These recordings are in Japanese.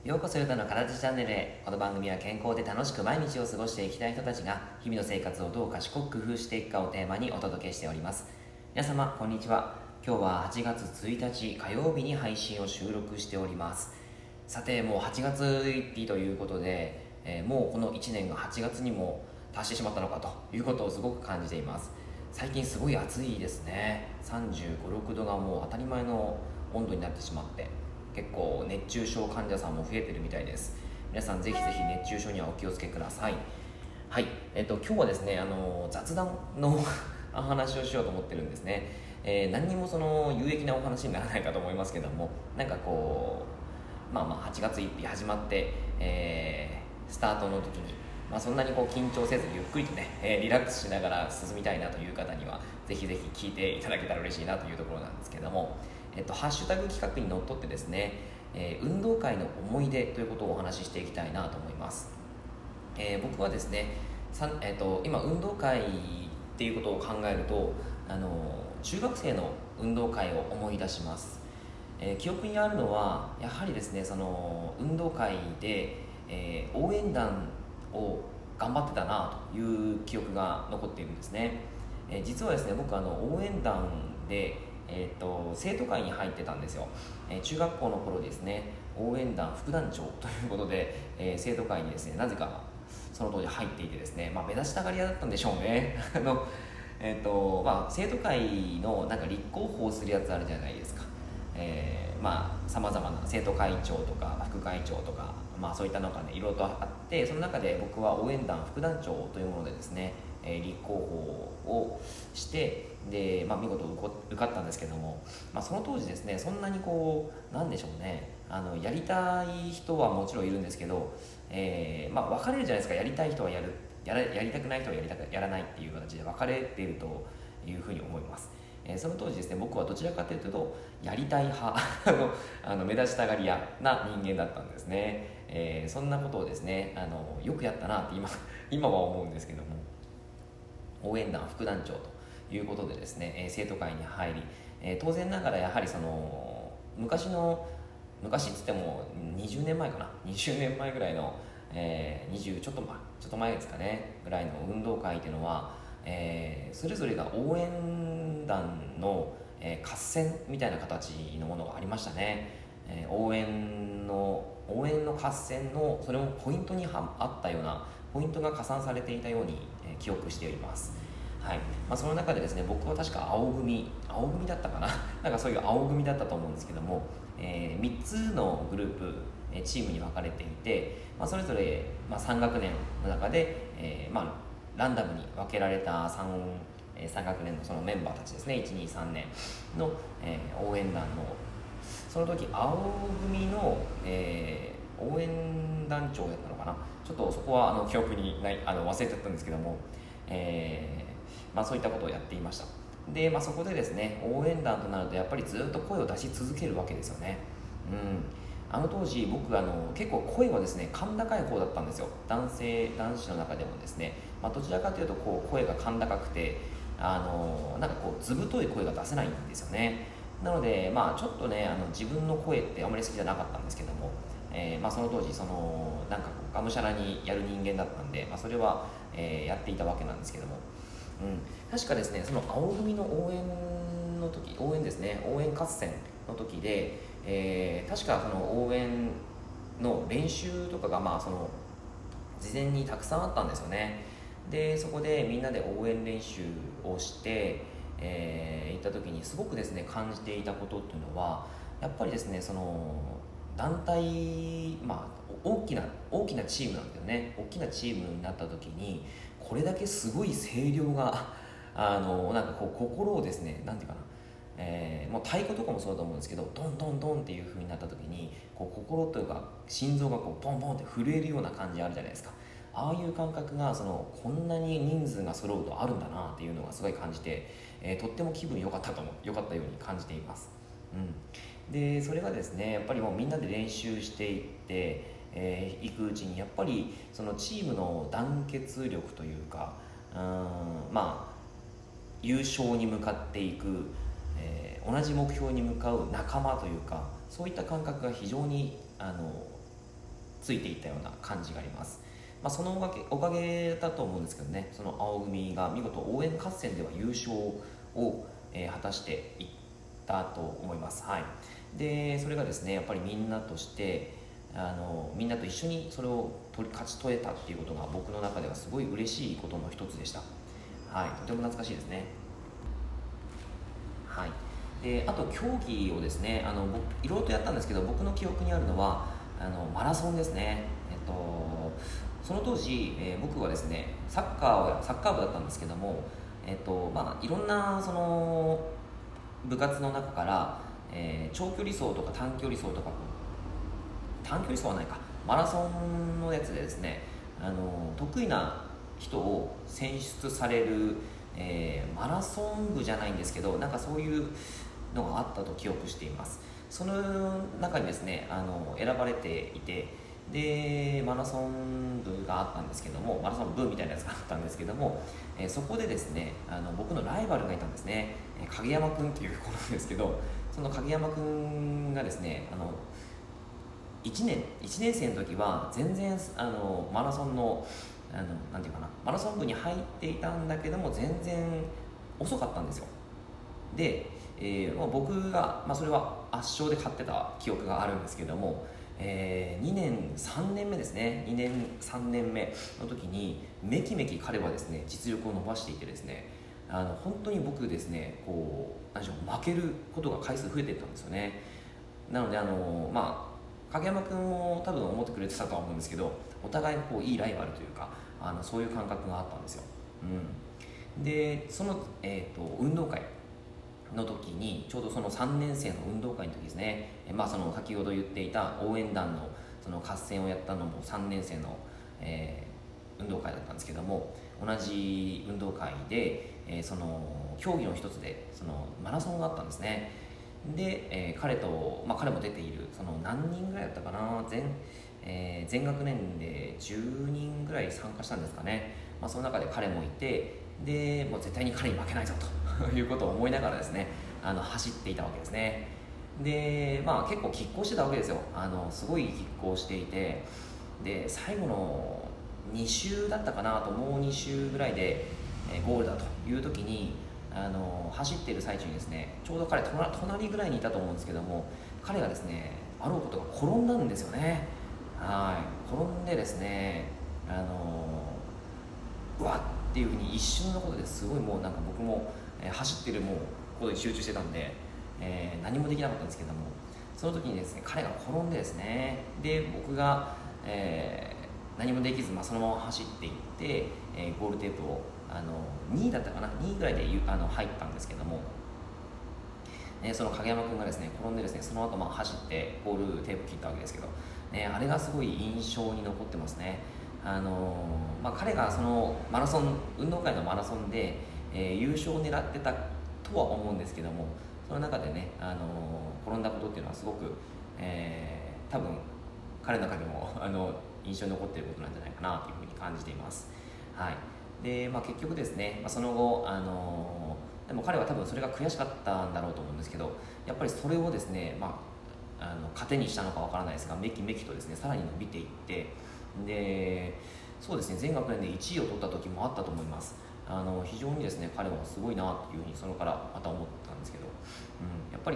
ようこそゆたの体チャンネルへ。この番組は健康で楽しく毎日を過ごしていきたい人たちが日々の生活をどう賢く工夫していくかをテーマにお届けしております。皆様こんにちは。今日は8月1日火曜日に配信を収録しております。さて、もう8月1日ということで、もうこの1年が8月にも達してしまったのかということをすごく感じています。最近すごい暑いですね。35、6度がもう当たり前の温度になってしまって、結構熱中症患者さんも増えてるみたいです。皆さんぜひぜひ熱中症にはお気をつけください。はい、今日はですね、雑談のお話をしようと思ってるんですね。何にもその有益なお話にならないかと思いますけども、なんかこう8月1日始まって、スタートの時に、そんなにこう緊張せずゆっくりとね、リラックスしながら進みたいなという方にはぜひぜひ聞いていただけたら嬉しいなというところなんですけども、ハッシュタグ企画にのっとってですね、運動会の思い出ということをお話ししていきたいなと思います。僕はですね、今運動会っていうことを考えると、中学生の運動会を思い出します。記憶にあるのはやはりですね、その運動会で、応援団を頑張ってたなという記憶が残っているんですね。実はですね、僕応援団で生徒会に入ってたんですよ。中学校の頃ですね、応援団副団長ということで、生徒会にですね、なぜかその当時入っていてですね、目立ちたがり屋だったんでしょうね。生徒会のなんか立候補するやつあるじゃないですか。さまざまな生徒会長とか副会長とか、そういったのがねいろいろとあって、その中で僕は応援団副団長というものでですね、立候補をしてで、見事受かったんですけども、その当時ですね、そんなにこうなんでしょうね、やりたい人はもちろんいるんですけど、分かれるじゃないですか。やりたい人はやりたくない人はやらないっていう形で分かれているというふうに思います。その当時ですね、僕はどちらかというとやりたい派目立ちたがり屋な人間だったんですね。そんなことをですね、よくやったなって今は思うんですけども、応援団副団長ということでですね、生徒会に入り、当然ながらやはりその昔っつっても20年前かな、20年前ぐらいの、20ちょっと前ですかねぐらいの運動会っていうのは、それぞれが応援団の、合戦みたいな形のものがありましたね。応援の合戦のそれもポイントにあったようなポイントが加算されていたように、記憶しております。はい。その中でですね、僕は確か青組だったかななんかそういう青組だったと思うんですけども、3つのグループ、チームに分かれていて、それぞれ、3学年の中で、ランダムに分けられた3学年のそのメンバーたちですね、123年の、応援団のその時青組の、応援団長やったのかな、ちょっとそこは記憶にない忘れちゃったんですけども、そういったことをやっていました。で、そこでですね、応援団となるとやっぱりずっと声を出し続けるわけですよね。当時僕結構声はですね甲高い方だったんですよ。男子の中でもですね、どちらかというとこう声が甲高くて、なんかこうずぶとい声が出せないんですよね。なのでちょっとね自分の声ってあまり好きじゃなかったんですけども、その当時なんかこうがむしゃらにやる人間だったんで、それは、やっていたわけなんですけども、確かですね、その青組の応援ですね、応援合戦の時で、確かその応援の練習とかが事前にたくさんあったんですよね。でそこでみんなで応援練習をして、行った時にすごくですね感じていたことっていうのは、やっぱりですねその団体、大きなチームなんだよね。大きなチームになった時にこれだけすごい声量がなんかこう心をですね、なんていうかな、もう太鼓とかもそうだと思うんですけど、ドンドンドンっていう風になった時にこう心というか心臓がこうポンポンって震えるような感じあるじゃないですか。ああいう感覚がこんなに人数が揃うとあるんだなっていうのがすごい感じて、とっても気分良かったように感じています。でそれがですね、やっぱりもうみんなで練習していって、いくうちにやっぱりそのチームの団結力というか、優勝に向かっていく、同じ目標に向かう仲間というか、そういった感覚が非常についていったような感じがあります。そのおかげだと思うんですけどね、その青組が見事応援合戦では優勝を、果たしていったと思います。はい、でそれがですねやっぱりみんなとしてみんなと一緒にそれを勝ち取れたっていうことが僕の中ではすごい嬉しいことの一つでした。はい、とても懐かしいですね。はい、であと競技をですね僕いろいろとやったんですけど、僕の記憶にあるのはマラソンですね。その当時、僕はですねサッカー部だったんですけども、いろんなその部活の中から、長距離走とか短距離走とか、短距離走はないか、マラソンのやつでですね得意な人を選出される、マラソン部じゃないんですけど、なんかそういうのがあったと記憶しています。その中にですね選ばれていて、でマラソン部があったんですけども、マラソン部みたいなやつがあったんですけども、そこでですね僕のライバルがいたんですね。影山くんという子なんですけど、その影山くんがですね1年生の時は全然マラソンのなんていうかな、マラソン部に入っていたんだけども全然遅かったんですよ。で、僕が、それは圧勝で勝ってた記憶があるんですけども、2年3年目ですね、2年3年目の時にめきめき彼はですね実力を伸ばしていてですね、本当に僕ですね何でしょう、負けることが回数増えていったんですよね。なので影山君も多分思ってくれてたとは思うんですけど、お互いいいライバルというかそういう感覚があったんですよ。でその、運動会の時にちょうどその3年生の運動会の時ですね、その先ほど言っていた応援団のその合戦をやったのも3年生の、運動会だったんですけども、同じ運動会で、その競技の一つでそのマラソンがあったんですね。で、彼も出ているその何人ぐらいだったかな、全学年で10人ぐらい参加したんですかね。その中で彼もいて、でもう絶対に彼に負けないぞということを思いながらですね走っていたわけですね。で結構拮抗してたわけですよ。すごい拮抗していて、で最後の2周だったかなと、もう2周ぐらいで、ゴールだという時に走っている最中にですね、ちょうど彼隣ぐらいにいたと思うんですけども、彼がですねあろうことが転んだんですよね。転んでですねうわっていうふうに一瞬のことですごいもうなんか僕も、走ってることに集中してたんで、何もできなかったんですけども、その時にですね彼が転んでですね、で僕が、何もできず、そのまま走っていって、ゴールテープを2位だったかな、2位ぐらいで入ったんですけども、その影山君がですね転んでですね、その後走ってゴールテープ切ったわけですけど、あれがすごい印象に残ってますね。彼がその運動会のマラソンで、優勝を狙ってたとは思うんですけども、その中でね、転んだことっていうのはすごく、多分彼の中でも印象に残っていることなんじゃないかなというふうに感じています。はい、で、結局ですね、その後、でも彼は多分それが悔しかったんだろうと思うんですけど、やっぱりそれをですね、糧にしたのかわからないですが、めきめきとですねさらに伸びていって、でそうですね全学年で1位を取った時もあったと思います。非常にですね彼はすごいなというふうにそれからまた思ったんですけど、やっぱり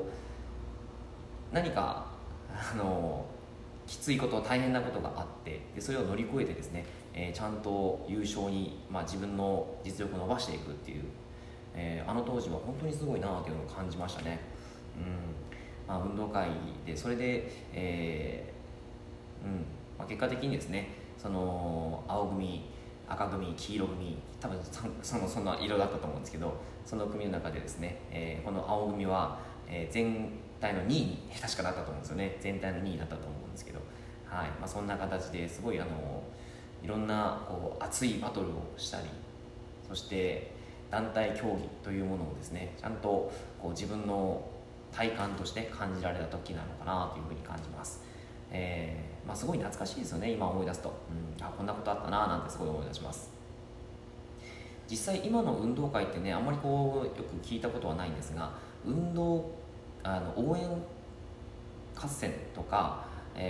何かきついこと、大変なことがあって、でそれを乗り越えてですね、ちゃんと優勝に、自分の実力を伸ばしていくっていう、あの当時は本当にすごいなというのを感じましたね。運動会でそれで、結果的にですねその青組、赤組、黄色組、多分そんな色だったと思うんですけど、その組の中でですね、この青組は、全体の2位に確かだったと思うんですよね。全体の2位だったと思うんですけど、そんな形ですごいいろんな熱いバトルをしたり、そして団体競技というものをですねちゃんと自分の体感として感じられた時なのかなというふうに感じます。すごい懐かしいですよね、今思い出すと、こんなことあったななんてすごい思い出します。実際今の運動会ってねあんまりよく聞いたことはないんですが、応援合戦とか、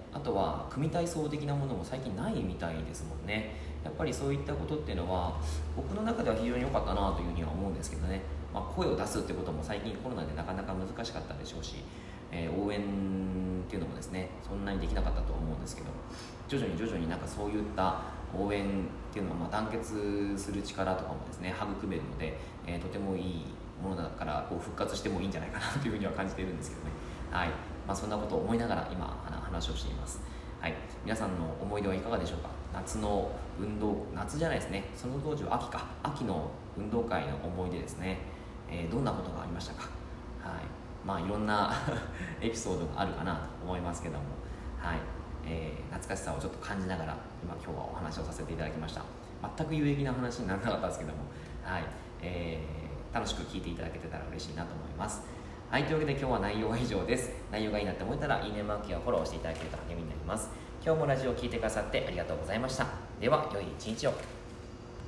あとは組体操的なものも最近ないみたいですもんね。やっぱりそういったことっていうのは僕の中では非常に良かったなというふうには思うんですけどね、声を出すってことも最近コロナでなかなか難しかったでしょうし、応援っていうのもですねそんなにできなかったと思うんですけど、徐々になんかそういった応援っていうのは団結する力とかもですね育めるので、とてもいいものだから復活してもいいんじゃないかなというふうには感じているんですけどね。はい、そんなことを思いながら今話をしています。はい、皆さんの思い出はいかがでしょうか。夏の運動、夏じゃないですね、その当時は秋の運動会の思い出ですね、どんなことがありましたか。はい、いろんなエピソードがあるかなと思いますけども、はい、懐かしさをちょっと感じながら今日はお話をさせていただきました。全く有益な話にならなかったですけども、はい、楽しく聞いていただけてたら嬉しいなと思います。はい、というわけで今日は内容は以上です。内容がいいなって思えたらいいねマークやフォローしていただけると励みになります。今日もラジオを聞いてくださってありがとうございました。では良い一日を。